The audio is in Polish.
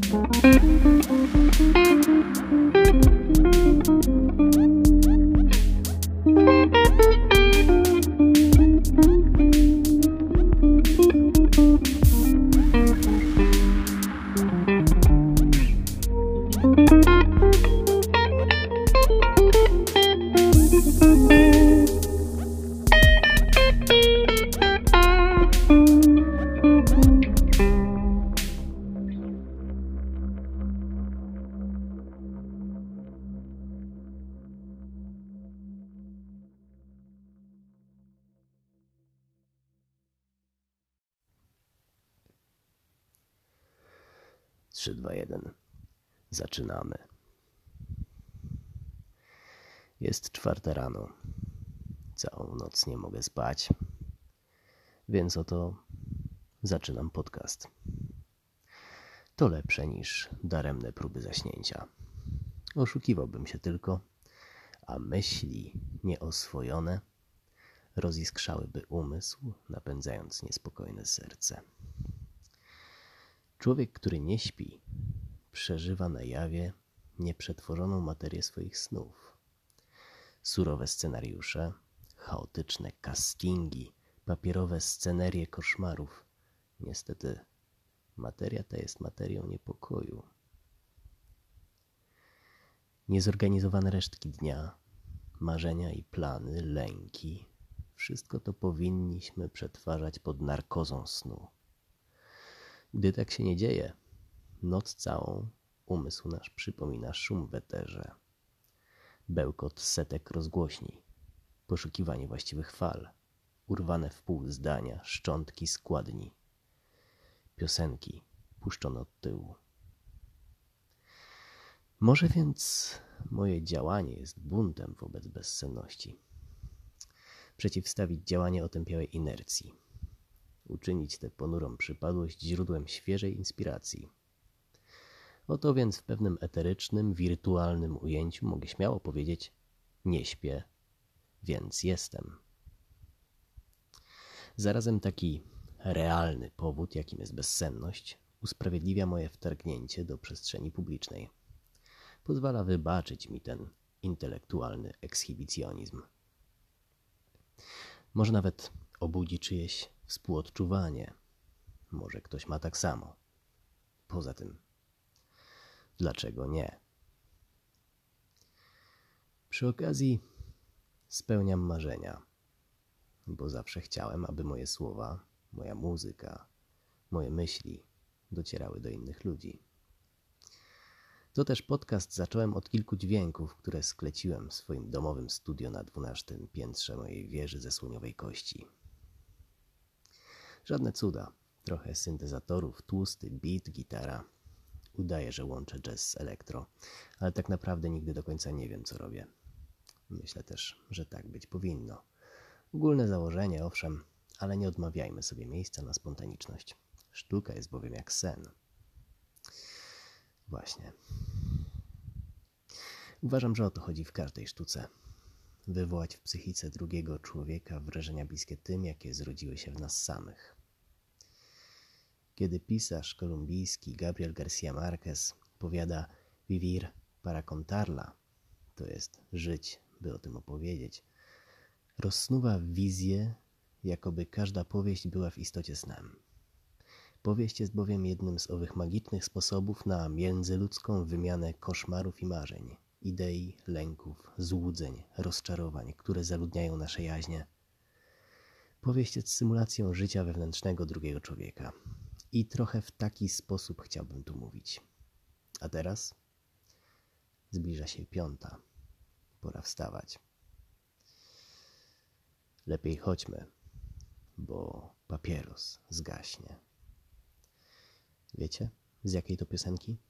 Trzy, dwa, jeden. Zaczynamy. Jest 4 rano. Całą noc nie mogę spać, więc oto zaczynam podcast. To lepsze niż daremne próby zaśnięcia. Oszukiwałbym się tylko, a myśli nieoswojone roziskrzałyby umysł, napędzając niespokojne serce. Człowiek, który nie śpi, przeżywa na jawie nieprzetworzoną materię swoich snów. Surowe scenariusze, chaotyczne castingi, papierowe scenerie koszmarów. Niestety, materia ta jest materią niepokoju. Niezorganizowane resztki dnia, marzenia i plany, lęki, wszystko to powinniśmy przetwarzać pod narkozą snu. Gdy tak się nie dzieje, noc całą umysł nasz przypomina szum w eterze, bełkot setek rozgłośni, poszukiwanie właściwych fal, urwane w pół zdania, szczątki składni, piosenki puszczone od tyłu. Może więc moje działanie jest buntem wobec bezsenności. Przeciwstawić działanie otępiałej inercji. Uczynić tę ponurą przypadłość źródłem świeżej inspiracji. Oto więc w pewnym eterycznym, wirtualnym ujęciu mogę śmiało powiedzieć: nie śpię, więc jestem. Zarazem taki realny powód, jakim jest bezsenność, usprawiedliwia moje wtargnięcie do przestrzeni publicznej. Pozwala wybaczyć mi ten intelektualny ekshibicjonizm. Może nawet obudzi czyjeś współodczuwanie. Może ktoś ma tak samo. Poza tym, dlaczego nie? Przy okazji spełniam marzenia, bo zawsze chciałem, aby moje słowa, moja muzyka, moje myśli docierały do innych ludzi. To też podcast zacząłem od kilku dźwięków, które skleciłem w swoim domowym studio na 12. piętrze mojej wieży ze słoniowej kości. Żadne cuda. Trochę syntezatorów, tłusty beat, gitara. Udaję, że łączę jazz z elektro, ale tak naprawdę nigdy do końca nie wiem, co robię. Myślę też, że tak być powinno. Ogólne założenie, owszem, ale nie odmawiajmy sobie miejsca na spontaniczność. Sztuka jest bowiem jak sen. Właśnie. Uważam, że o to chodzi w każdej sztuce. Wywołać w psychice drugiego człowieka wrażenia bliskie tym, jakie zrodziły się w nas samych. Kiedy pisarz kolumbijski Gabriel García Márquez powiada vivir para contarla, to jest żyć, by o tym opowiedzieć, rozsnuwa wizję, jakoby każda powieść była w istocie snem. Powieść jest bowiem jednym z owych magicznych sposobów na międzyludzką wymianę koszmarów i marzeń, idei, lęków, złudzeń, rozczarowań, które zaludniają nasze jaźnie. Powieść jest symulacją życia wewnętrznego drugiego człowieka. I trochę w taki sposób chciałbym tu mówić. A teraz zbliża się 5. Pora wstawać. Lepiej chodźmy, bo papieros zgaśnie. Wiecie, z jakiej to piosenki?